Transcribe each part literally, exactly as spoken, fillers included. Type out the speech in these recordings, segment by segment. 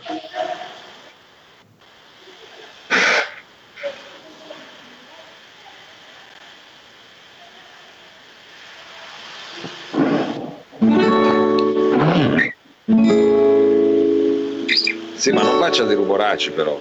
Sì, ma non faccia dei rumoracci però.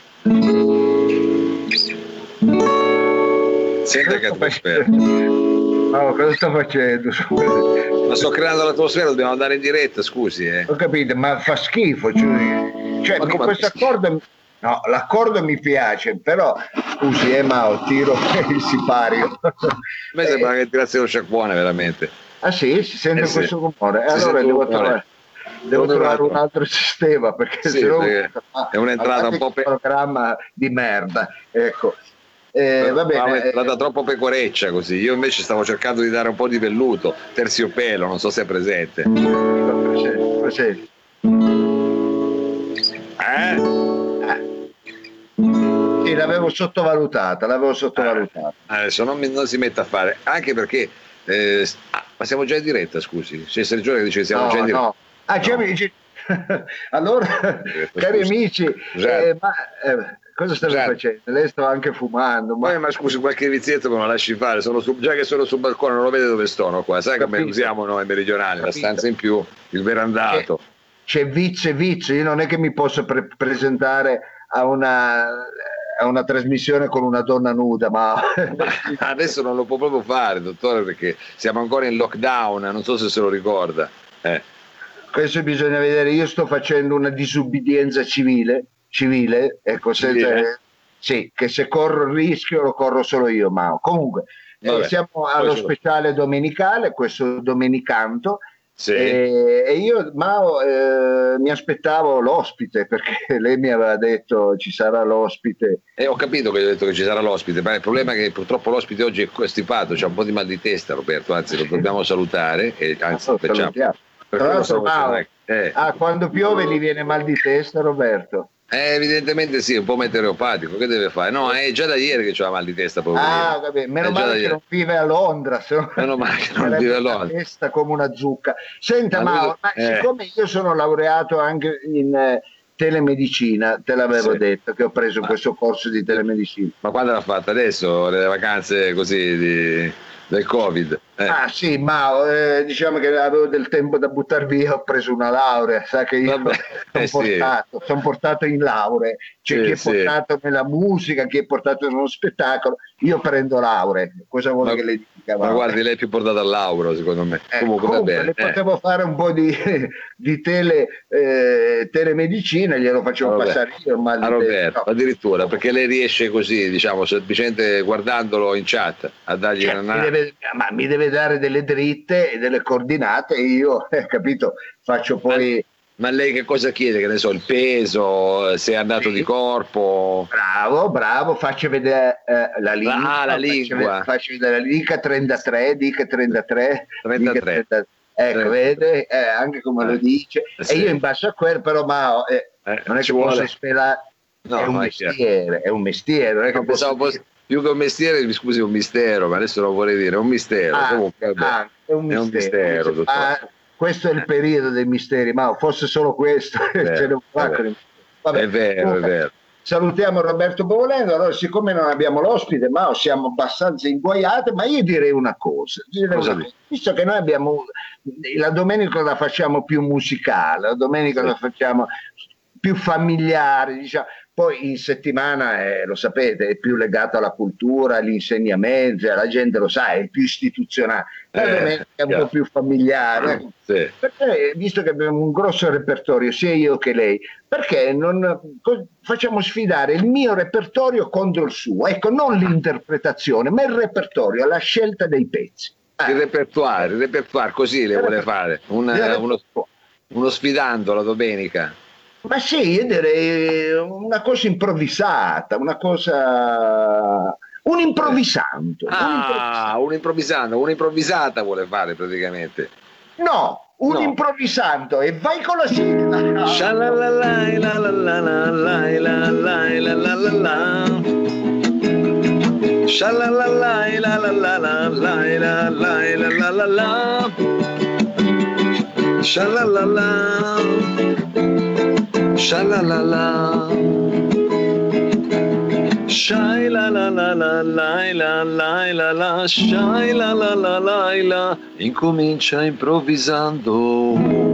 Senta che atmosfera. No, cosa sto facendo? Ma sto creando l'atmosfera, dobbiamo andare in diretta, scusi. Eh. Ho capito, ma fa schifo. Cioè, cioè mi, questo accordo, no, l'accordo mi piace, però scusi, eh, Mao, tiro il sipario. A me sembra che tirasse lo sciacquone, veramente. Ah sì? Si sente eh questo sì. rumore? Si allora devo rumore. trovare, devo trovare un altro sistema, perché sì, se no è un'entrata un po' pe- programma di merda, ecco. Eh, va bene, un'entrata troppo pecoreccia così. Io invece stavo cercando di dare un po' di velluto, terziopelo, non so se è presente. Presente. Eh? eh. Sì, l'avevo sottovalutata, l'avevo sottovalutata. Eh, adesso non, mi, non si metta a fare, anche perché eh, ah, ma siamo già in diretta, scusi. C'è Sergio che dice siamo no, già in diretta. No. Ah, no. Già mi dice... allora, diretta, cari scusi. Amici, eh, ma eh, cosa stavi Già. facendo? Lei stava anche fumando. Ma... Poi, ma scusi, qualche vizietto me lo lasci fare. Sono su, già che sono sul balcone, non lo vede dove sono qua. Sai come usiamo noi meridionali, la stanza in più, il verandato. C'è, c'è vizio e vizio. Io non è che mi posso pre- presentare a una, a una trasmissione con una donna nuda, ma... ma adesso non lo può proprio fare, dottore, perché siamo ancora in lockdown. Non so se se lo ricorda. Eh. Questo bisogna vedere. Io sto facendo una disubbidienza civile. Civile, ecco, senza, civile. Sì, che se corro il rischio lo corro solo io, ma comunque eh, siamo allo speciale domenicale, questo domenicanto, sì. e, e io Mao eh, mi aspettavo l'ospite, perché lei mi aveva detto ci sarà l'ospite. E eh, ho capito che ho detto che ci sarà l'ospite, ma il problema è che purtroppo l'ospite oggi è costipato, c'ha un po' di mal di testa, Roberto, anzi lo dobbiamo salutare, e anzi oh, facciamo. Tra l'altro, Mao, eh. ah, quando piove gli viene mal di testa, Roberto? Eh, evidentemente sì, un po' meteoropatico, che deve fare? No, è già da ieri che c'ha mal di testa. Ah, vabbè. Meno male che ieri. Non vive a Londra, se no meno male che non vive a Londra. La testa come una zucca. Senta, ma, lui... ma eh. siccome io sono laureato anche in eh, telemedicina, te l'avevo sì. detto che ho preso ma... questo corso di telemedicina. Ma quando l'ha fatta? Adesso, le vacanze così di... del Covid? Eh. Ah sì, ma eh, diciamo che avevo del tempo da buttare via, ho preso una laurea, sa che io sono eh, portato, sì. son portato in lauree, c'è sì, chi è sì. portato nella musica, chi è portato nello spettacolo, io prendo lauree, cosa vuole ma, che le dica? Ma guardi, lei è più portato al lauro secondo me. Eh, comunque, comunque va bene. le potevo eh. fare un po' di, di tele, eh, telemedicina, glielo facevo ah, passare io. Ma a Roberto, no. addirittura, perché lei riesce così, diciamo, semplicemente guardandolo in chat a dargli cioè, una... mi deve, ma mi deve dare delle dritte e delle coordinate e io, eh, capito, faccio poi... Ma, ma lei che cosa chiede? Che ne so, il peso, se è andato sì. di corpo? Bravo, bravo, faccio vedere eh, la lingua. Ah, la faccio lingua. Vedere, faccio vedere, dica trentatré, dica trentatré. trentatré. Dica trentatré. Ecco, trentatré. Vede, eh, anche come eh. lo dice. Sì. E io in basso a quello, però, ma eh, eh, non è che vuole. Posso sperare... No, è un mestiere, è un mestiere. Non è che no, posso... posso... Più che un mestiere, mi scusi, è un mistero, ma adesso lo vorrei dire, è un mistero. Ah, Comunque, ah, è un mistero. È un mistero ah, questo è il periodo dei misteri, ma fosse solo questo. È vero, Vabbè, è vero, comunque, è vero. Salutiamo Roberto Bovolendo. Allora, siccome non abbiamo l'ospite, ma siamo abbastanza inguaiati, ma io direi una cosa, direi cosa una cosa. Visto che noi abbiamo la domenica la facciamo più musicale, la domenica sì. la facciamo più familiare, diciamo. Poi in settimana, eh, lo sapete, è più legato alla cultura, agli insegnamenti, la gente lo sa, è più istituzionale. La eh, domenica è un yeah. po' più familiare. Sì. Perché, visto che abbiamo un grosso repertorio, sia io che lei, perché non facciamo sfidare il mio repertorio contro il suo? Ecco, non l'interpretazione, ma il repertorio, la scelta dei pezzi. Il repertoire, il repertoire, così le vuole fare, Una, uno, uno sfidando la domenica. Ma sì, io direi una cosa improvvisata, una cosa... un improvvisando. Ah, un improvvisando, un'improvvisata vuole fare praticamente. No, un no. improvvisando e vai con la sigla. Shalalala, la la la la la la la la la la. Shalalala, la la la la la la la la la. Shalalala. Shalalala, shai la la la la la la la la la, shai la la la la la, incomincia improvvisando.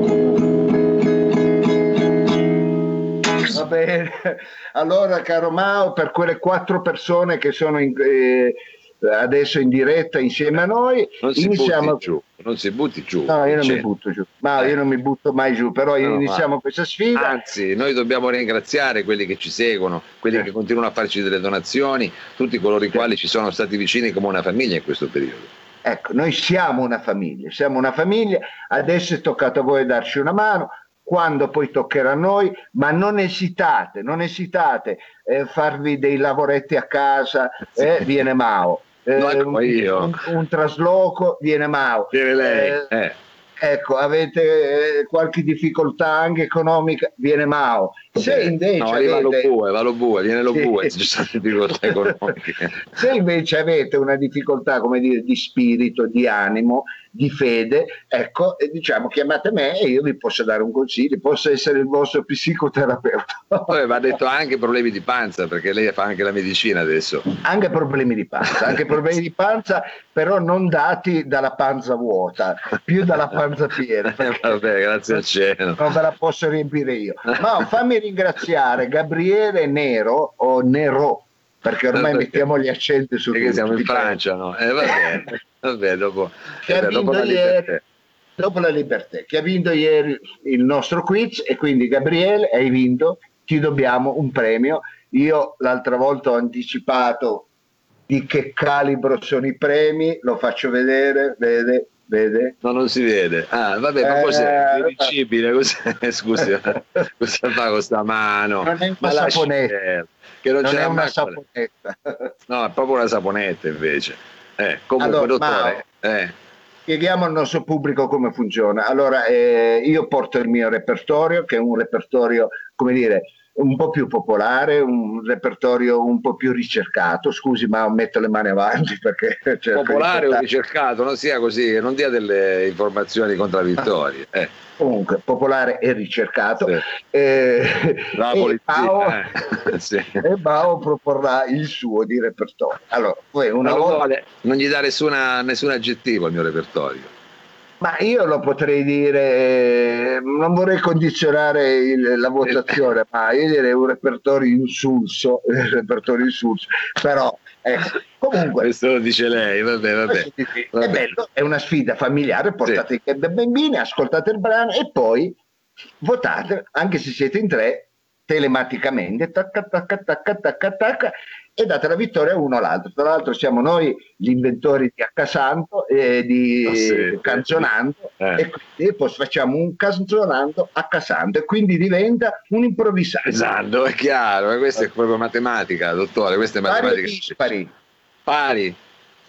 Va bene, allora caro Mao, per quelle quattro persone che sono in, eh, adesso in diretta insieme a noi, non si iniziamo... butti giù, non si butti giù. No, io non mi butto giù, Mao, eh. io non mi butto mai giù, però no, iniziamo ma... questa sfida. Anzi, noi dobbiamo ringraziare quelli che ci seguono, quelli eh. che continuano a farci delle donazioni, tutti coloro i quali ci sono stati vicini come una famiglia in questo periodo. Ecco, noi siamo una famiglia, siamo una famiglia, adesso è toccato a voi darci una mano, quando poi toccherà a noi, ma non esitate, non esitate a eh, farvi dei lavoretti a casa, eh, viene Mao. Eh, no, io. Un, un trasloco, viene Mao. Viene lei. Eh, eh. Ecco, avete eh, qualche difficoltà anche economica, viene Mao. Se invece no, avete... va lo bue, va lo bue, viene lo bue, se ci sono difficoltà economiche. Se invece avete una difficoltà, come dire, di spirito, di animo, di fede, ecco, diciamo, chiamate me e io vi posso dare un consiglio, posso essere il vostro psicoterapeuta. Poi va detto anche problemi di panza, perché lei fa anche la medicina adesso. Anche problemi di panza, anche problemi di panza, però non dati dalla panza vuota, più dalla panza piena. Vabbè, grazie al cielo. Non ve la posso riempire io. Ma fammi ringraziare Gabriele Nero o Nero, perché ormai perché, perché, mettiamo gli accenti su perché siamo in Francia, no? Eh, vabbè, vabbè, dopo, che vabbè, dopo, la ieri, dopo la libertà, che ha vinto ieri il nostro quiz, e quindi Gabriele hai vinto, ti dobbiamo un premio. Io l'altra volta ho anticipato di che calibro sono i premi, lo faccio vedere, vede, vede? No, non si vede. Ah, vabbè, ma cos'è? Invincibile, cos'è? Scusi, cosa fa con sta mano? Non è una saponetta. Che non, non è una saponetta. No, è proprio una saponetta invece. Eh, comunque, allora, dottore, Mao, eh. spieghiamo al nostro pubblico come funziona. Allora, eh, io porto il mio repertorio, che è un repertorio, come dire, un po' più popolare, un repertorio un po' più ricercato. Scusi, ma metto le mani avanti perché popolare o ricercato, non sia così, non dia delle informazioni contraddittorie. Eh. Comunque, popolare e ricercato. Sì. Eh, La e, polizia, Bao, eh. Sì. e Bao proporrà il suo di repertorio. Allora, poi una non, volta... vuole, non gli dà nessuna, nessun aggettivo al mio repertorio. Ma io lo potrei dire, non vorrei condizionare il, la votazione, ma io direi un repertorio insulso, un repertorio insulso, però ecco, comunque... Questo lo dice lei, vabbè, vabbè. vabbè. È bello, è una sfida familiare, portate sì. i bambini, ascoltate il brano e poi votate, anche se siete in tre, telematicamente, tacca, tacca, tacca, tacca, tacca, e date la vittoria a uno o all'altro. Tra l'altro siamo noi gli inventori di Accasanto e di oh sì, Canzonando eh. e quindi poi facciamo un Canzonando Accasanto e quindi diventa un improvvisato. Esatto, è chiaro, eh, questa è proprio matematica, dottore, questa è matematica. Pari, pari.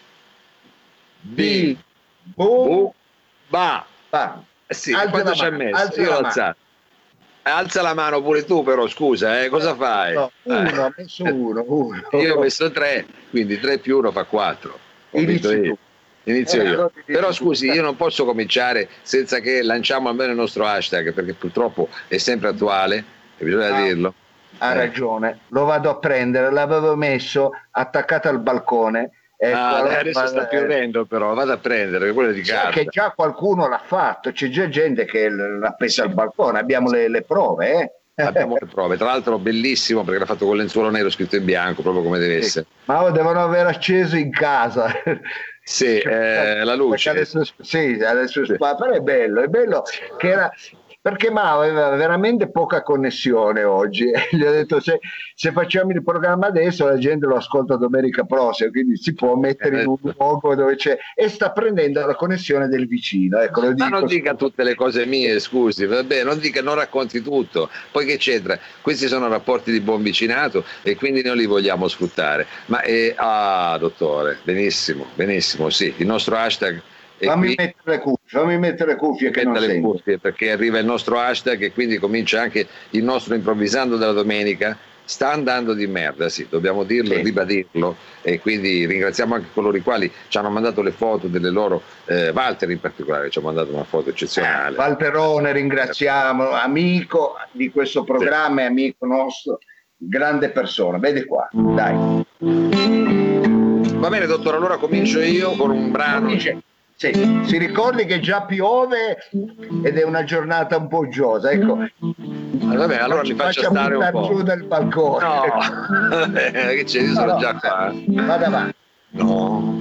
B, Bu, ba. ba. Eh sì, quanto ci ha messo? Io l'ho alzato. Alza la mano pure tu, però scusa, eh, cosa fai? No, uno, ho messo uno, uno. Io ho messo tre, quindi tre più uno fa quattro. Inizio io. Inizio eh, io. Però scusi, io non posso cominciare senza che lanciamo almeno il nostro hashtag, perché purtroppo è sempre attuale, e bisogna ah, dirlo. Ha eh. ragione, lo vado a prendere, l'avevo messo attaccato al balcone. Ecco, ah, adesso sta piovendo, però vado a prendere quello di carta. Che già qualcuno l'ha fatto, c'è già gente che l'ha appesa al balcone, abbiamo le, le prove, eh? Abbiamo le prove, tra l'altro bellissimo perché l'ha fatto con lenzuolo nero scritto in bianco, proprio come deve sì. essere. Ma oh, devono aver acceso in casa. Sì, eh, la luce. Adesso, sì, adesso sì. Però è bello, è bello che era... Perché Mao aveva veramente poca connessione oggi, gli ho detto se, se facciamo il programma adesso la gente lo ascolta domenica prossima, quindi si può mettere in un luogo dove c'è, e sta prendendo la connessione del vicino. Ecco, lo dico. Ma non dica tutte le cose mie, scusi, vabbè, non dica, non racconti tutto, poi che c'entra? Questi sono rapporti di buon vicinato e quindi noi li vogliamo sfruttare. Ma eh, ah, dottore, benissimo, benissimo, sì, il nostro hashtag. Fammi mettere le cuffie, fammi mettere le cuffie che non le cuffie perché arriva il nostro hashtag e quindi comincia anche il nostro improvvisando della domenica sta andando di merda, sì, dobbiamo dirlo e Sì. ribadirlo, e quindi ringraziamo anche coloro i quali ci hanno mandato le foto delle loro, eh, Walter in particolare ci ha mandato una foto eccezionale. Valterone ringraziamo, amico di questo programma e amico nostro, grande persona, vedi qua, dai. Va bene dottore, allora comincio io con un brano. Dice, sì, si ricordi che già piove ed è una giornata un po' uggiosa, ecco. Va bene, allora Faccia- mi faccia faccia stare un buttare po'. giù dal balcone. No, che c'è, io No, sono no, già qua. vada avanti. No,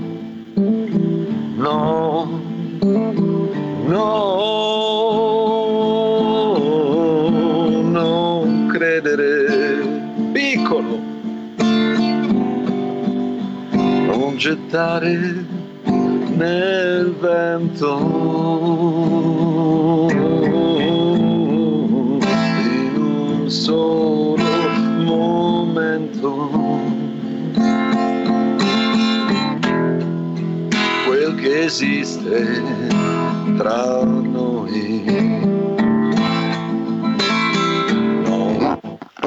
no, no, non credere, piccolo, non gettare nel vento in un solo momento quel che esiste tra noi. No,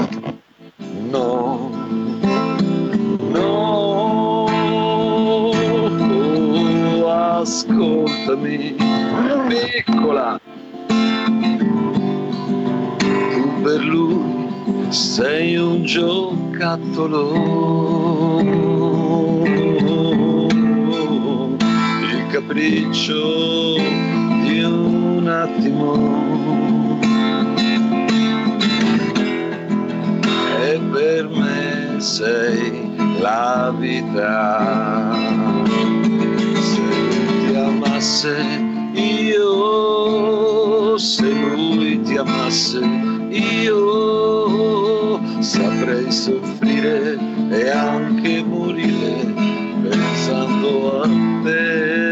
no, no, ascoltami, piccola, tu per lui sei un giocattolo, il capriccio di un attimo, e per me sei la vita. Se ti amasse io, se lui ti amasse io, saprei soffrire e anche morire pensando a te.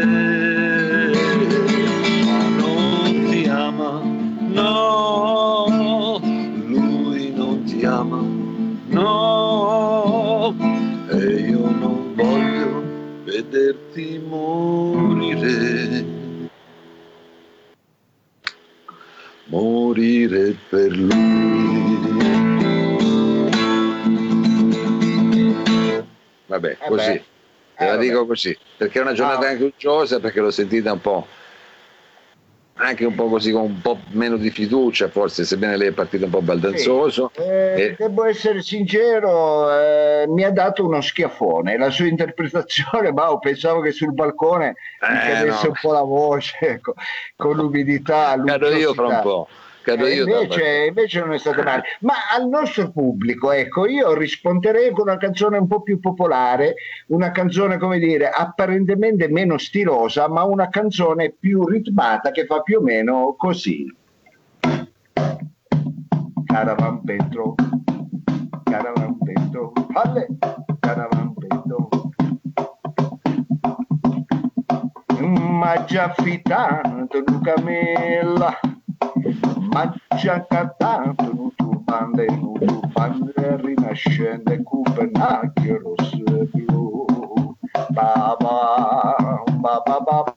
Ma non ti ama, no, lui non ti ama, no, e io non voglio vederti morire, morire per lui. Vabbè, così, Eh te la vabbè. dico così, perché è una giornata Ah. anche uggiosa, perché l'ho sentita un po', anche un po' così, con un po' meno di fiducia, forse, sebbene lei è partita un po' baldanzoso. Sì, eh, E- devo essere sincero, eh, mi ha dato uno schiaffone, la sua interpretazione, ma pensavo che sul balcone mi Eh, cadesse no. un po' la voce, ecco, con l'umidità, Cado io fra un l'uggiosità. po', cado Eh, io da invece, invece non è stato male. Ma al nostro pubblico, ecco, io risponderei con una canzone un po' più popolare, una canzone, come dire, apparentemente meno stilosa, ma una canzone più ritmata che fa più o meno così. Caravampetto, caravampetto, alle, caravampetto. Ma già affittato un camella, ma già cantato un turbante, un turbante rinascente, con pennacchio rosso e blu. Ba ba, ba ba ba.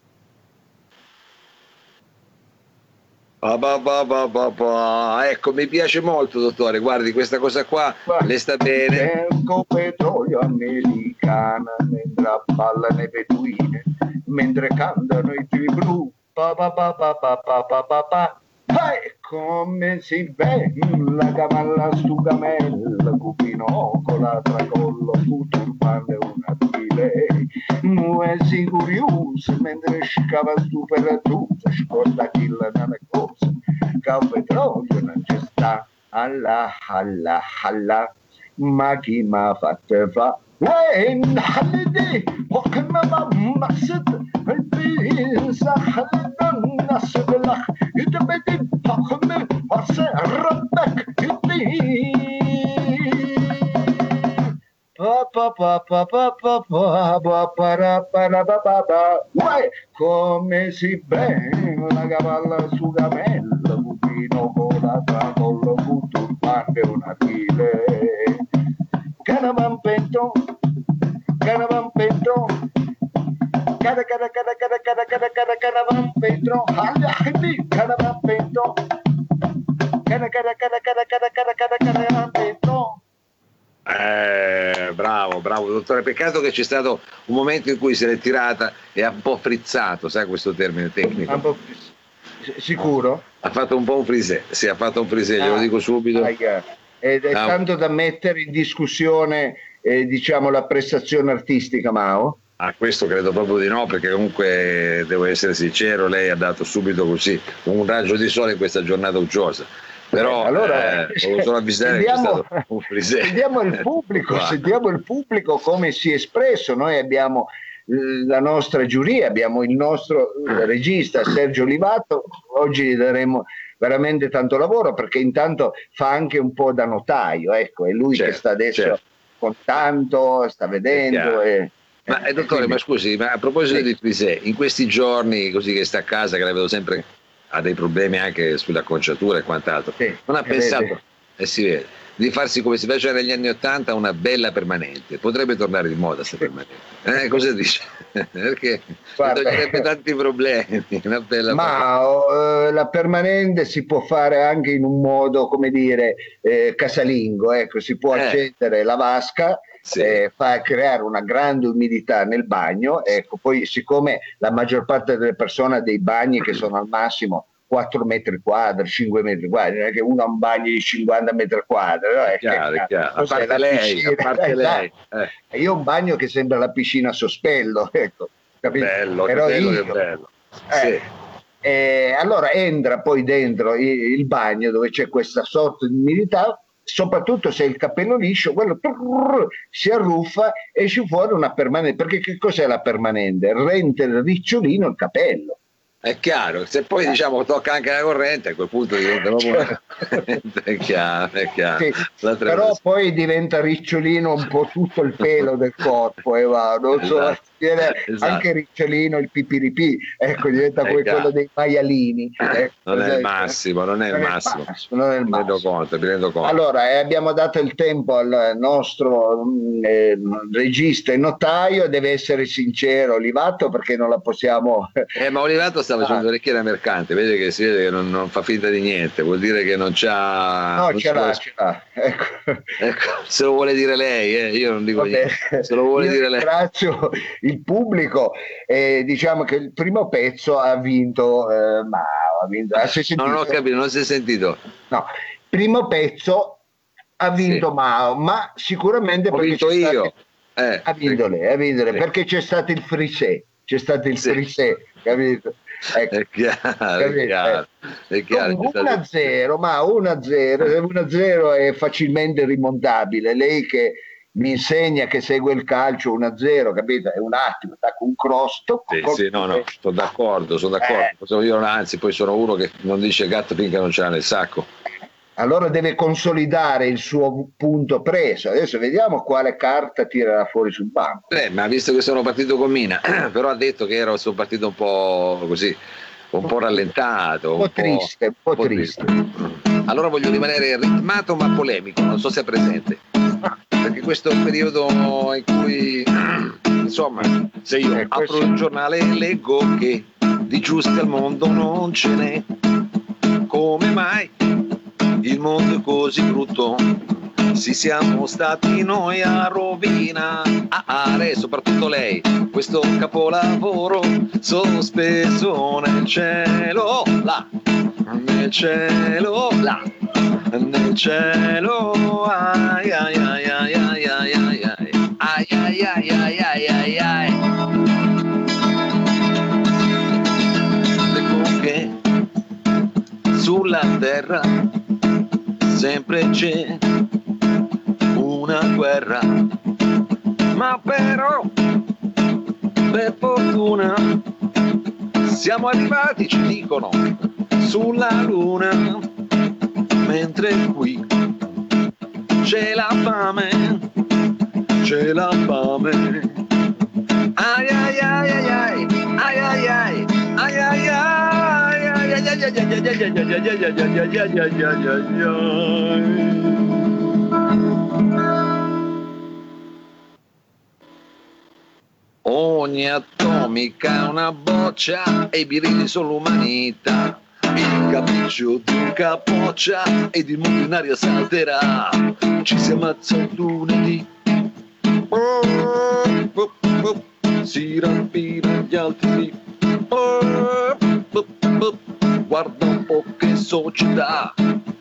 Ah, ba, ba, ba, ba, ba. Ecco, mi piace molto, dottore. Guardi, questa cosa qua le sta bene. Cerco petrolio americana mentre ballano le beduine, mentre cantano i tui blu. Pa, pa, pa, pa, pa, pa, pa, pa, pa. E come si bella cavalla stu camella, cupino con la tracollo, fu turbante una file. Muesi curiosi mentre scava stu per tu, scorda chi la nana cosa, che il petrolio non ci sta. Alla, alla, alla, ma chi m'ha fatto fa? وين حلدي وقمة مقصد البيس حلد الناس بالأخ يتبدي حكم وصي ربك يدي pa pa pa pa pa pa pa pa para para pa pa pa. Uè, come si bella cavalla su camello, cupino con la tracollo, con turbante una file. Canavampetto, canavampetto, cara cara cara cara cara cara cara canavampetto, alle canavampetto, cara cara cara cara cara cara cara canavampetto. Eh, bravo, bravo dottore, peccato che c'è stato un momento in cui se l'è tirata e ha un po' frizzato, sai questo termine tecnico? Un po' sicuro? Ha fatto un po' un frisè, sì, ha fatto un frisè, glielo Ah, dico subito. ah, yeah. Ed è Ah, tanto da mettere in discussione, eh, diciamo, la prestazione artistica, Mao? ah, questo credo proprio di no, perché comunque devo essere sincero, lei ha dato subito così un raggio di sole in questa giornata uggiosa. Però Eh, allora, eh, volevo solo avvisare che c'è sentiamo, stato un frisè. sentiamo il pubblico, sentiamo il pubblico come si è espresso. Noi abbiamo eh, la nostra giuria, abbiamo il nostro eh, regista Sergio Livato. Oggi gli daremo veramente tanto lavoro perché intanto fa anche un po' da notaio, ecco, è lui Certo, che sta adesso certo. contando, sta vedendo. E, Ma eh, dottore, quindi, ma scusi, ma a proposito sì. di frisè, in questi giorni così che sta a casa, che la vedo sempre, ha dei problemi anche sulla conciatura e quant'altro, Sì, non ha si pensato, vede. e si vede, di farsi come si faceva negli anni Ottanta una bella permanente? Potrebbe tornare di moda questa permanente. Eh, cosa dice? Perché Guarda, toglierebbe tanti problemi, una bella permanente. ma eh, la permanente si può fare anche in un modo, come dire, eh, casalingo, ecco, si può Eh, accendere la vasca, sì, eh, fa creare una grande umidità nel bagno, ecco, poi siccome la maggior parte delle persone ha dei bagni che sono al massimo quattro metri quadri, cinque metri quadri, non è che uno ha un bagno di cinquanta metri quadri, no? è È che, chiaro, è chiaro. A cos'è, parte la lei, piscina? a parte lei. Esatto. Eh, Io ho un bagno che sembra la piscina a sospello, ecco, capito? bello, che Però bello, che io, bello. eh, Sì. eh, allora entra poi dentro il, il bagno dove c'è questa sorta di umidità, soprattutto se il capello liscio, quello trrr, si arruffa e esce fuori una permanente. Perché che cos'è la permanente? Rende il ricciolino il capello. È chiaro, se poi diciamo tocca anche la corrente, a quel punto diventa proprio una corrente, è chiaro, è chiaro. Sì, L'altra però cosa- poi diventa ricciolino un po' tutto il pelo del corpo e va, non so, Esatto, viene esatto. anche ricciolino il pipiripì, ecco, diventa È come chiaro. quello dei maialini. Ecco, Non è il sai, massimo, non è il non massimo. non è il Mi rendo massimo. conto, mi rendo conto. Allora, eh, abbiamo dato il tempo al nostro mh, eh, regista e notaio, deve essere sincero, Livato, perché non la possiamo... Eh, ma Olivato sta facendo Ah, l'orecchiera mercante, vede che si vede che non, non fa finta di niente, vuol dire che non c'ha. no, non ce si vuole- l'ha, ce l'ha. Ecco. Ecco, se lo vuole dire lei, eh, io non dico Vabbè, niente. Se lo vuole io dire lei. ringrazio il pubblico e diciamo che il primo pezzo ha vinto, eh, ma ha vinto, ah, si è No, non ho sentito? capito, non si è sentito. No, primo pezzo ha vinto Sì. Mao, ma sicuramente Ho perché vinto c'è stato- io. Eh, ha vinto lei, ha vinto lei, sì. perché c'è stato il frisè, c'è stato il Sì. frisè, capito? Ecco. È chiaro, Capito? è chiaro. È chiaro, Comunque c'è stato- uno a zero, ma uno a zero, uno a zero è facilmente rimontabile. Lei che mi insegna che segue il calcio uno a zero, capito? È un attimo, attacca un cross. tocco, Sì, colpo sì, no, no, di- sono d'accordo, sono d'accordo. Eh. Sono io, anzi, poi sono uno che non dice gatto finché non ce l'ha nel sacco. Allora deve consolidare il suo punto preso. Adesso vediamo quale carta tirerà fuori sul banco. Eh, ma visto che sono partito con Mina, però ha detto che ero sono partito un po' così, un po' rallentato, Un po' triste, un po' triste. Allora voglio rimanere ritmato ma polemico, non so se è presente. Perché questo è un periodo in cui, insomma, se io Eh, questo- apro il giornale e leggo che di giusti al mondo non ce n'è, come mai il mondo è così brutto? Sì, siamo stati noi a rovinare, soprattutto lei, questo capolavoro sospeso nel cielo, là, nel cielo, là, nel cielo, ai ai ai ai ai ai ai ai ai ai ai ai ai ai. Ecco che sulla terra sempre c'è una guerra, ma però per fortuna siamo arrivati, ci dicono, sulla luna, mentre qui c'è la fame, c'è la fame. Ai ai ai ai ai ai ai ai ai ai ai ai ai ai ai ai ai ai ai ai. Ogni atomica è una boccia e i birilli sono l'umanità. Il capriccio di un capoccia ed il mondo in aria salterà. ci si ammazza il lunedì, si rapina gli altri, guarda un po' che società,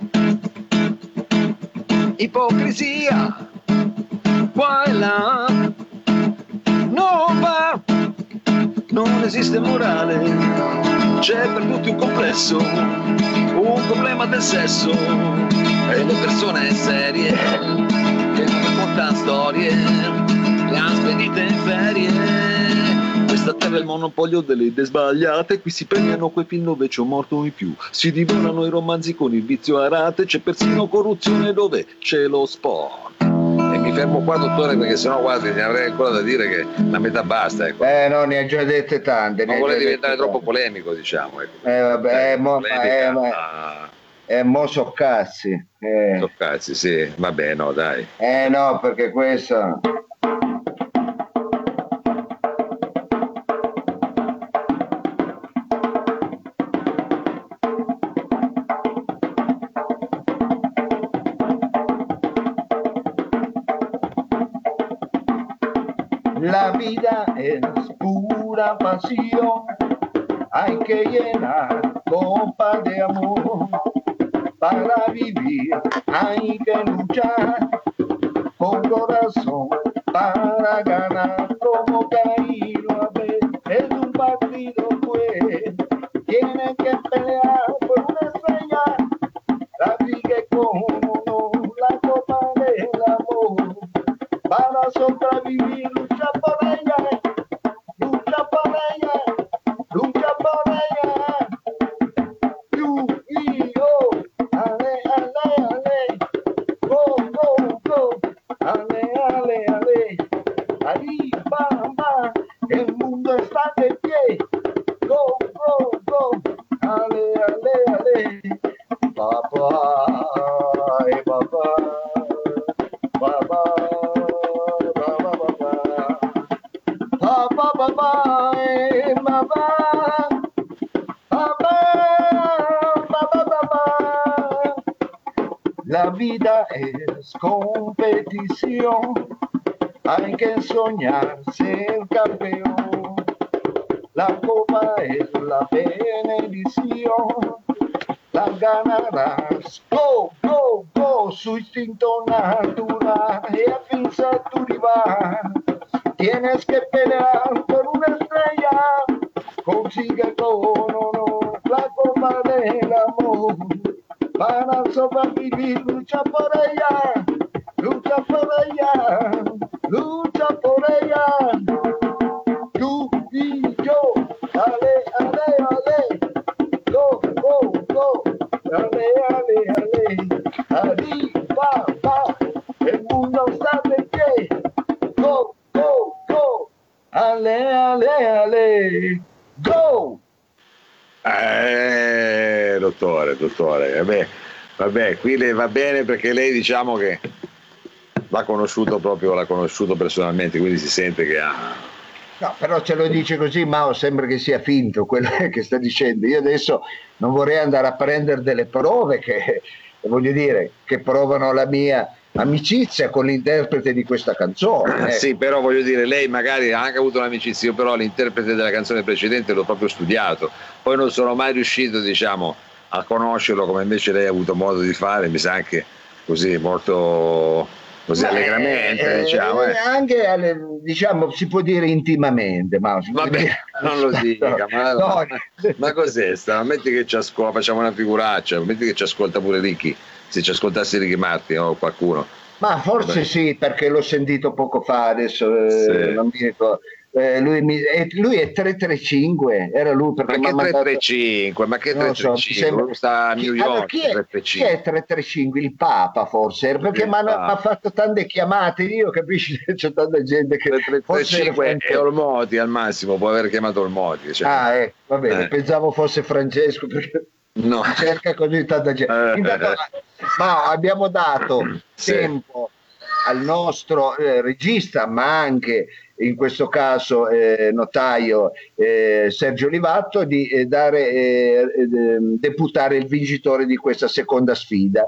ipocrisia qua e là, non va, non esiste morale, c'è per tutti un complesso, un problema del sesso, e le persone serie che non raccontano storie, le han spedite in ferie. Questa terra è il monopolio delle idee sbagliate, qui si premiano quei film dove c'è un morto in più, si divorano i romanzi con il vizio a rate, c'è persino corruzione dove c'è lo sport. E mi fermo qua, dottore, perché sennò guardi, ne avrei ancora da dire che la metà basta, ecco. Eh no, ne ha già dette tante. Non vuole diventare troppo polemico, diciamo, ecco. Eh vabbè, eh, mo, polemica, eh, ma, eh, mo so cazzi. Eh. So cazzi, sì, vabbè, no, dai. Eh no, perché questa... La vida es pura pasión, hay que llenar copa de amor. Para vivir hay que luchar con corazón para ganar, como Caíno Abel en un partido fue. Tiene que pelear por una estrella, la sigue con honor, la copa del amor. Para sobrevivir, lucha por ella, lucha por ella, lucha por ella. Tú y yo, ale, ale, ale, go, go, go, ale, ale, ale. Ahí va, va, el mundo está de pie. Go, go, go, ale, ale, ale. Papá, eh, papá, papá. Papá, papá, eh, papá, papá, papá, papá. La vida es competición, hay que soñar ser campeón. La copa es la bendición, la ganarás. Go, go, go, su instinto natural, y a vencer tu rival. Tienes que pelear por una estrella, consigue con honor la copa del amor. Para sobrevivir, lucha por ella, lucha por ella, lucha por ella. Tú y yo, ale, ale, ale, go, go, go, ale, ale, ale, arriba, va, el mundo está de pie, go, go, go, ale, ale, ale, go! Eh, dottore, dottore, vabbè, vabbè, qui le va bene perché lei diciamo che l'ha conosciuto proprio, l'ha conosciuto personalmente, quindi si sente che ha... No, però ce lo dice così, Mao, sembra che sia finto quello che sta dicendo. Io adesso non vorrei andare a prendere delle prove che, voglio dire, che provano la mia amicizia con l'interprete di questa canzone. Eh. Sì, però voglio dire, lei magari ha anche avuto un'amicizia, io però l'interprete della canzone precedente l'ho proprio studiato, poi non sono mai riuscito, diciamo, a conoscerlo come invece lei ha avuto modo di fare, mi sa anche così molto così Ma allegramente, eh, diciamo. Eh. Anche, diciamo, si può dire intimamente, ma vabbè, dire... non lo dica, ma, no. ma, ma cos'è sta? Metti che ci ascolta, facciamo una figuraccia, metti che ci ascolta pure Ricky. Se ci ascoltassi Ricky Martin o qualcuno. Ma forse Vabbè. Sì, perché l'ho sentito poco fa adesso, eh, sì. non mi ricordo. Eh, lui, mi, eh, lui è tre tre cinque, era lui perché ma che mandato... tre tre cinque, ma che tre tre cinque, so, sembra... sta a New York. Allora, chi, è, chi è tre tre cinque? Il Papa forse, perché mi ha fatto tante chiamate, io capisci, c'è tanta gente che... tre tre cinque è Olmoti al massimo, può aver chiamato Olmoti. Cioè. Ah, ecco, va bene, eh. pensavo fosse Francesco, perché... No. cerca così tanta gente. Intanto, ma abbiamo dato sì. tempo al nostro eh, regista, ma anche in questo caso eh, notaio eh, Sergio Livatto, di eh, dare eh, eh, deputare il vincitore di questa seconda sfida.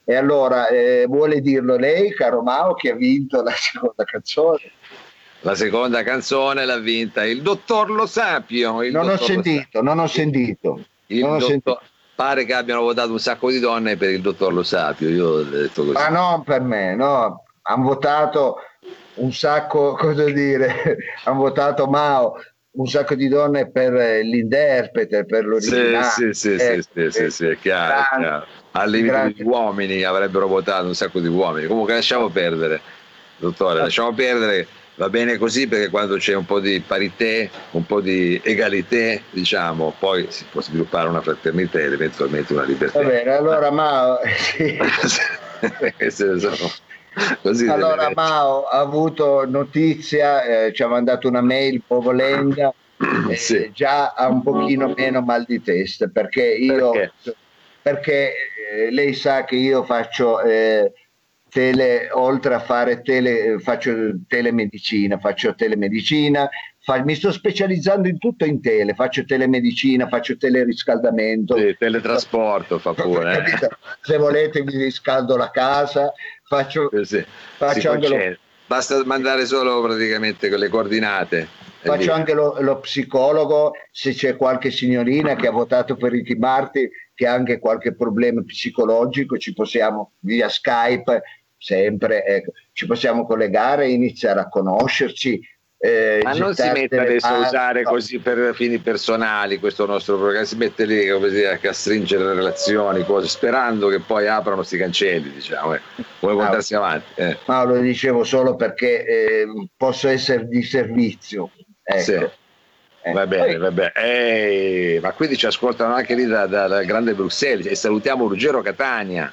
E allora eh, vuole dirlo lei, caro Mao, che ha vinto la seconda canzone? La seconda canzone l'ha vinta il dottor Lo Sapio. Il Non ho dottor Lo sentito, Sapio. non ho sentito. Il Non ho dottor... sentito. Pare che abbiano votato un sacco di donne per il dottor Lo Sapio, io ho detto così. Ma non per me, no, hanno votato un sacco, cosa dire, hanno votato Mao, un sacco di donne per l'interprete, per l'originale. Sì, sì, sì, ecco, sì, sì, sì, è chiaro, è chiaro. Al limite grande. gli uomini avrebbero votato, un sacco di uomini. Comunque lasciamo perdere, dottore, lasciamo perdere, va bene così, perché quando c'è un po' di parità, un po' di egalité, diciamo, poi si può sviluppare una fraternità ed eventualmente una libertà. Va bene, allora Mao, sì. Queste sono così Allora delle... Mao ha avuto notizia, eh, ci ha mandato una mail povolenda, eh, Sì. già ha un pochino meno mal di testa, perché io, Perché? perché eh, lei sa che io faccio eh, tele, oltre a fare tele, faccio telemedicina, faccio telemedicina, fa, mi sto specializzando in tutto in tele, faccio telemedicina, faccio teleriscaldamento. Sì, teletrasporto fa pure. Capito? Se volete vi riscaldo la casa, faccio, Eh. Sì, faccio anche lo, basta mandare solo praticamente le coordinate. faccio anche lo, lo psicologo, se c'è qualche signorina che ha votato per Ricky Martin che ha anche qualche problema psicologico, ci possiamo via Skype sempre, ecco, ci possiamo collegare e iniziare a conoscerci. Eh, Ma non si mette adesso a usare no. così per fini personali questo nostro programma, si mette lì come dire, a stringere le relazioni, cose, sperando che poi aprano questi cancelli, diciamo, eh. Vuole portarsi no. avanti. Eh. No, lo dicevo solo perché eh, posso essere di servizio. Ecco. Sì. Eh. Va bene, va bene. Ehi, ma quindi ci ascoltano anche lì da, da, da grande Bruxelles e salutiamo Ruggero Catania.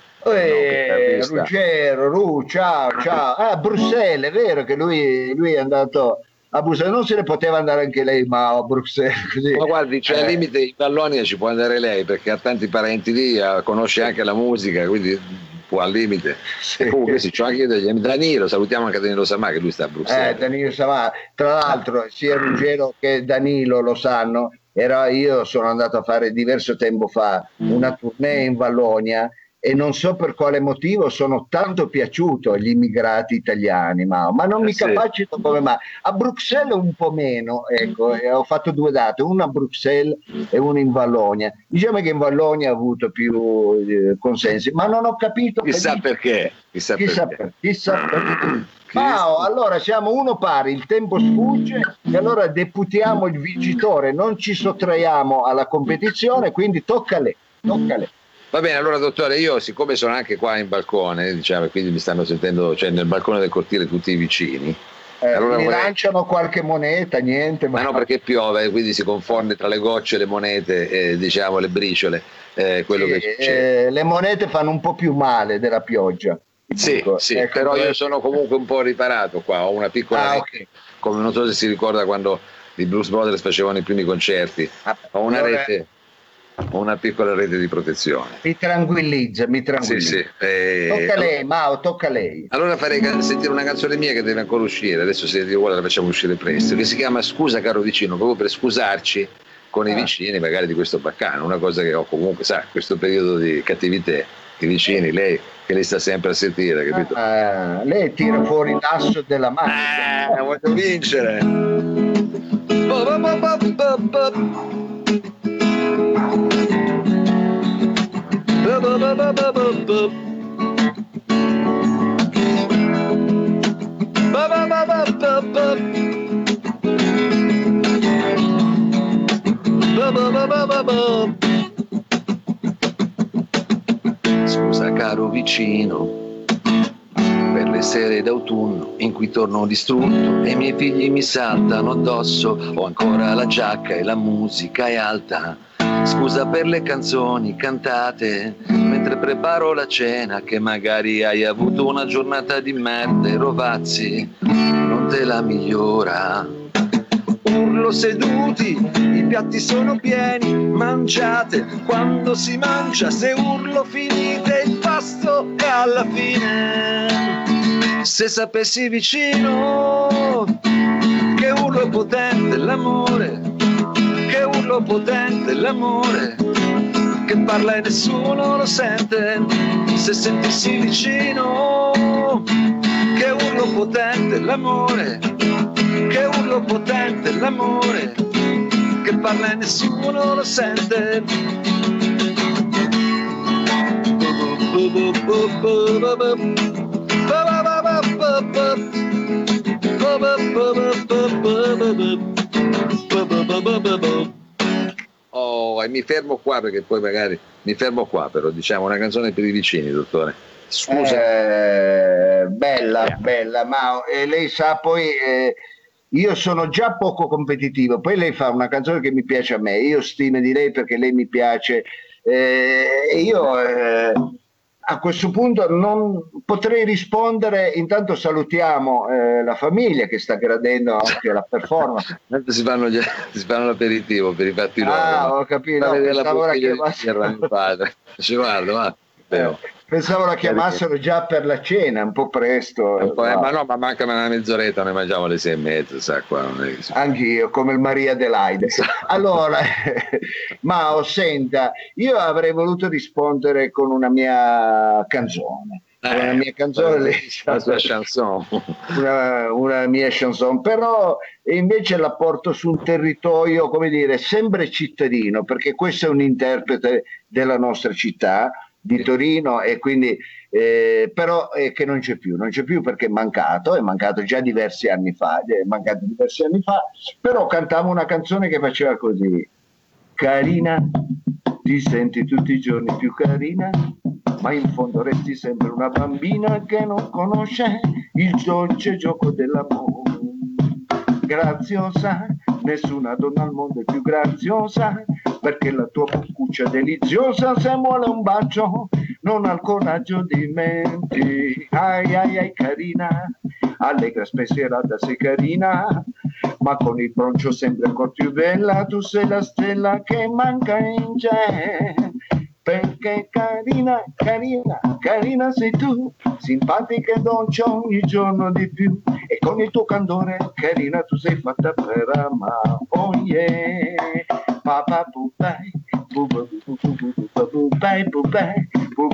Eh, no, Ruggero, Ru, ciao, ciao. Ah, Bruxelles, è vero che lui, lui è andato a Bruxelles, non se ne poteva andare anche lei, ma a Bruxelles così. Ma guardi, c'è eh. al limite in Vallonia ci può andare lei perché ha tanti parenti lì, conosce anche la musica, quindi può al limite. Sì. E comunque sì, c'ho anche io degli Danilo, salutiamo anche Danilo Samà che lui sta a Bruxelles. Eh, Danilo Samà, tra l'altro sia Ruggero che Danilo lo sanno, era, io sono andato a fare diverso tempo fa una tournée in Vallonia e non so per quale motivo sono tanto piaciuto agli immigrati italiani, ma, ma non mi sì. capacito come mai. A Bruxelles un po' meno, ecco, ho fatto due date, una a Bruxelles e una in Vallonia. Diciamo che in Vallonia ho avuto più eh, consensi, ma non ho capito. Chissà che perché. Chissà, chissà perché. Per, chissà perché. Mao, allora siamo uno pari, il tempo sfugge e allora deputiamo il vincitore, non ci sottraiamo alla competizione, quindi tocca a lei, tocca a lei. Va bene, allora dottore, io siccome sono anche qua in balcone, diciamo, quindi mi stanno sentendo, cioè nel balcone del cortile tutti i vicini. Eh, allora mi vorrei... lanciano qualche moneta, niente. Ma, ma no, perché piove, quindi si confonde tra le gocce, le monete e diciamo le briciole. Eh, quello sì, che c'è. Eh, le monete fanno un po' più male della pioggia. Sì, dico, sì ecco, però io sono comunque un po' riparato qua, ho una piccola ah, rete, okay. come non so se si ricorda quando i Blues Brothers facevano i primi concerti, ah, ho una allora... rete... Ho una piccola rete di protezione. Mi tranquillizza, mi tranquillizza. Sì, sì. Eh, tocca a lei, Mao, tocca a lei. Allora farei sentire una canzone mia che deve ancora uscire, adesso se Dio vuole la facciamo uscire presto, che si chiama Scusa caro vicino, proprio per scusarci con ah. i vicini magari di questo baccano, una cosa che ho comunque, sa, questo periodo di cattività, i vicini, lei che lei sta sempre a sentire, capito? Ah, lei tira fuori l'asso della manica. Ah, voglio vincere. Scusa caro vicino per le sere d'autunno in cui torno distrutto e i miei figli mi saltano addosso, ho ancora la giacca e la musica è alta. Scusa per le canzoni cantate mentre preparo la cena, che magari hai avuto una giornata di merda e rovazzi non te la migliora. Urlo seduti, i piatti sono pieni, mangiate quando si mangia, se urlo finite il pasto e alla fine, se sapessi vicino che urlo potente l'amore, che urlo potente l'amore, che che parla e nessuno lo sente, se sentissi vicino, che urlo potente l'amore, che urlo potente l'amore, che parla e nessuno lo sente. Oh, e mi fermo qua perché poi magari mi fermo qua, però diciamo una canzone per i vicini, dottore. Scusa. Eh, bella, bella, ma eh, lei sa poi eh, io sono già poco competitivo, poi lei fa una canzone che mi piace a me, io stimo di lei perché lei mi piace eh, e io eh, a questo punto non potrei rispondere, intanto salutiamo eh, la famiglia che sta gradendo anche la performance. Si fanno, gli, si fanno l'aperitivo per i fatti loro. Ah, ho capito, no, pensavo la chiamassero mio padre. Ci guardo, va. Eh, pensavo la chiamassero già per la cena, un po' presto. Un po', eh, ma no, ma manca una mezz'oretta, noi mangiamo alle sei e mezza, sa qua. Non è che si... Anch'io, come il Maria Adelaide. Allora, Mao, senta, io avrei voluto rispondere con una mia canzone. Eh, una mia canzone, lei la sua chanson. Una, una mia chanson, però invece la porto su un territorio, come dire, sempre cittadino, perché questo è un interprete della nostra città, di Torino, e quindi eh, però eh, che non c'è più, non c'è più perché è mancato, è mancato già diversi anni fa, è mancato diversi anni fa, però cantavo una canzone che faceva così: carina, ti senti tutti i giorni più carina, ma in fondo resti sempre una bambina che non conosce il dolce gioco dell'amore. Graziosa, nessuna donna al mondo è più graziosa, perché la tua boccuccia deliziosa, se vuole un bacio non ha il coraggio di menti. Ai ai ai carina, allegra spensierata sei carina, ma con il broncio sempre ancora più bella, tu sei la stella che manca in cielo. Perché carina, carina, carina sei tu, simpatica e dolce ogni giorno di più, e con il tuo candore, carina, tu sei fatta per amare. Oh yeah, papà bubai, bubai, bubai, bubai,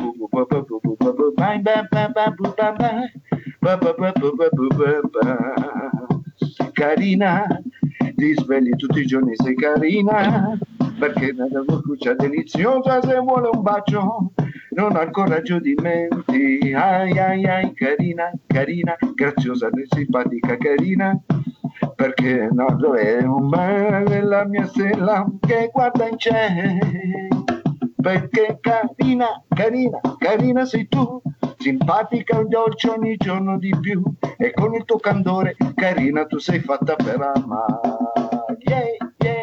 carina, ti svegli tutti i giorni, sei carina, perché nella boccuccia deliziosa, se vuole un bacio non ha il coraggio di menti. Ai ai ai carina, carina, graziosa e simpatica carina, perché no, dov'è un mare la mia stella che guarda in cielo. Perché carina, carina, carina sei tu, simpatica e dolce ogni giorno di più, e con il tuo candore, carina, tu sei fatta per amare. Yeah, yeah.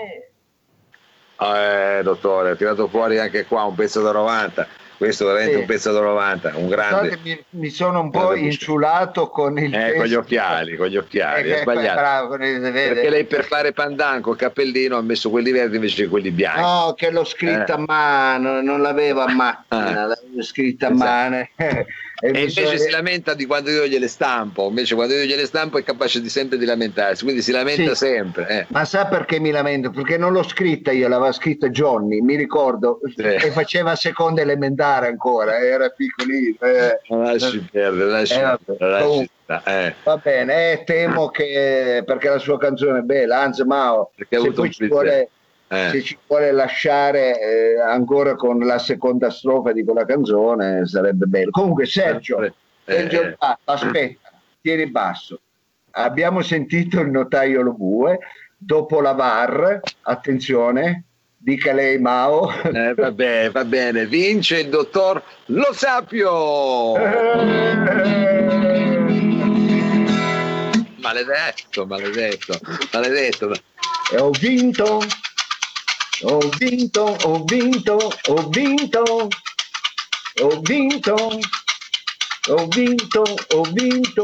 Eh, dottore, ha tirato fuori anche qua un pezzo da novanta. Questo è veramente sì. Un pezzo da novanta, un grande. Mi, mi sono un po' insulato con il eh, con gli occhiali, con gli occhiali, eh, è sbagliato. Bravo, perché lei per fare pandan col cappellino ha messo quelli verdi invece che quelli bianchi. No, che l'ho scritta eh. a mano, non l'avevo a macchina, ah. l'avevo scritta a esatto. mano. E, e invece so... si lamenta di quando io gliele stampo, invece quando io gliele stampo è capace di sempre di lamentarsi, quindi si lamenta sì. sempre. Eh. Ma sa perché mi lamento? Perché non l'ho scritta io, l'aveva scritta Johnny, mi ricordo, sì. e faceva seconda elementare ancora, era piccolino. Eh. Lasci perdere, lasci eh, perdere, lasci eh. Va bene, eh, temo che, perché la sua canzone è bella, anzi Mao, perché ha avuto un ci vuole... Eh. se ci vuole lasciare eh, ancora con la seconda strofa di quella canzone sarebbe bello. Comunque Sergio, eh. Sergio eh. aspetta, tieni basso, abbiamo sentito il notaio Lobue, dopo la V A R, attenzione, dica lei Mao. Eh, vabbè, va bene, vince il dottor Lo Sapio. maledetto, maledetto, maledetto. E ho vinto. Ho vinto, ho vinto, ho vinto, ho vinto, ho vinto, ho vinto.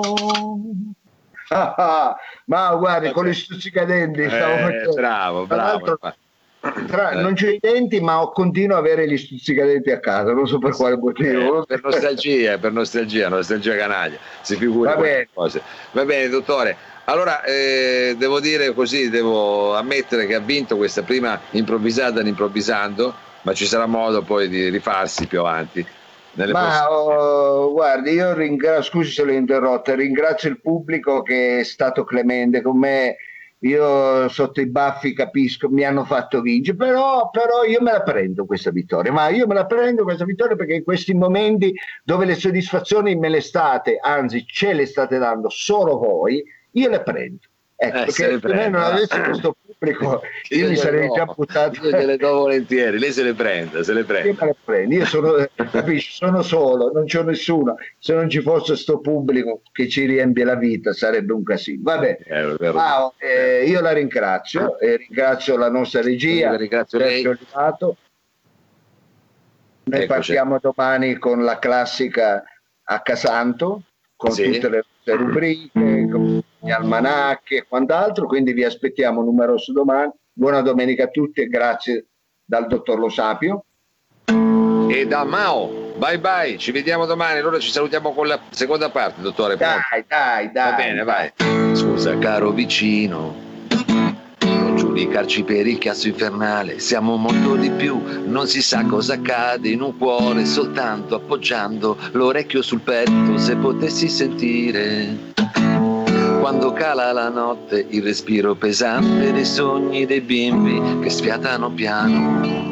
Ah, ah, ma guardi, con gli stuzzicadenti stavo eh, facendo. Bravo, bravo. Tra, eh. Non c'ho i denti, ma ho, continuo a avere gli stuzzicadenti a casa, non so per quale motivo. Eh, per nostalgia, per nostalgia, nostalgia canaglia. Si figuri queste cose. Va bene, dottore. Allora, eh, devo dire così, devo ammettere che ha vinto questa prima improvvisata improvvisando, ma ci sarà modo poi di rifarsi più avanti. Nelle Ma oh, guardi, io ringrazio, scusi se l'ho interrotta, ringrazio il pubblico che è stato clemente con me. Io sotto i baffi capisco, mi hanno fatto vincere, però, però io me la prendo questa vittoria, ma io me la prendo questa vittoria perché in questi momenti dove le soddisfazioni me le state, anzi ce le state dando solo voi, io le prendo. Ecco, Eh, perché se lei non avesse questo pubblico io, io mi sarei do, già buttato. Io gliele do volentieri, lei se le prende, se le prende. Io me le prendo, io sono, capisci, sono solo, non c'ho nessuno. Se non ci fosse sto pubblico che ci riempie la vita sarebbe un casino. Vabbè, Eh, vero. Mao, eh, io la ringrazio e ringrazio la nostra regia, Io ringrazio lei. Olivato. Noi Eccoci. partiamo domani con la classica Accasanto, con Sì. tutte le nostre rubriche, con gli almanacchi e quant'altro, quindi vi aspettiamo numeroso domani. Buona domenica a tutti e grazie dal dottor Lo Sapio. E da Mao, bye bye, ci vediamo domani, allora ci salutiamo con la seconda parte, dottore. Dai, dai, dai. Va bene, vai. Scusa, caro vicino, non giudicarci per il chiasso infernale, siamo molto di più, non si sa cosa accade in un cuore soltanto appoggiando l'orecchio sul petto, se potessi sentire quando cala la notte il respiro pesante dei sogni dei bimbi che sfiatano piano.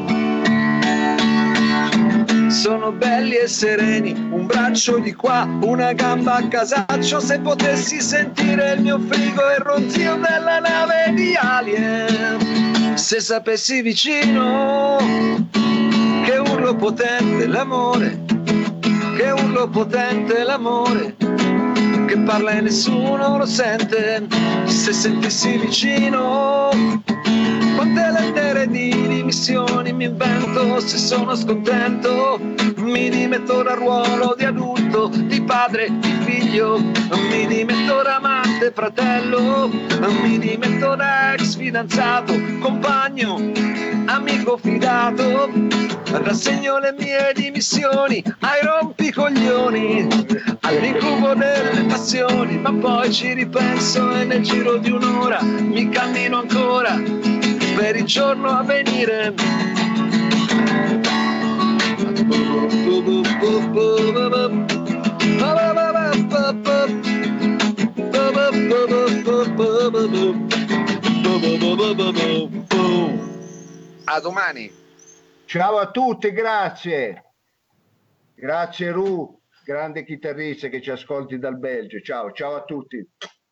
Sono belli e sereni, un braccio di qua, una gamba a casaccio, se potessi sentire il mio frigo e il ronzio della nave di Alien, se sapessi vicino che urlo potente l'amore, che urlo potente l'amore, che parla e nessuno lo sente, se sentissi vicino quante lettere di dimissioni mi invento, se sono scontento mi dimetto dal ruolo di adulto, di padre, di figlio, mi dimetto da amante, fratello, mi dimetto da ex fidanzato, compagno, amico fidato, rassegno le mie dimissioni ai rompicoglioni, all'incubo delle passioni, ma poi ci ripenso e nel giro di un'ora mi cammino ancora per il giorno a venire. A domani. Ciao a tutti, grazie. Grazie Ru, grande chitarrista che ci ascolti dal Belgio. Ciao, ciao a tutti.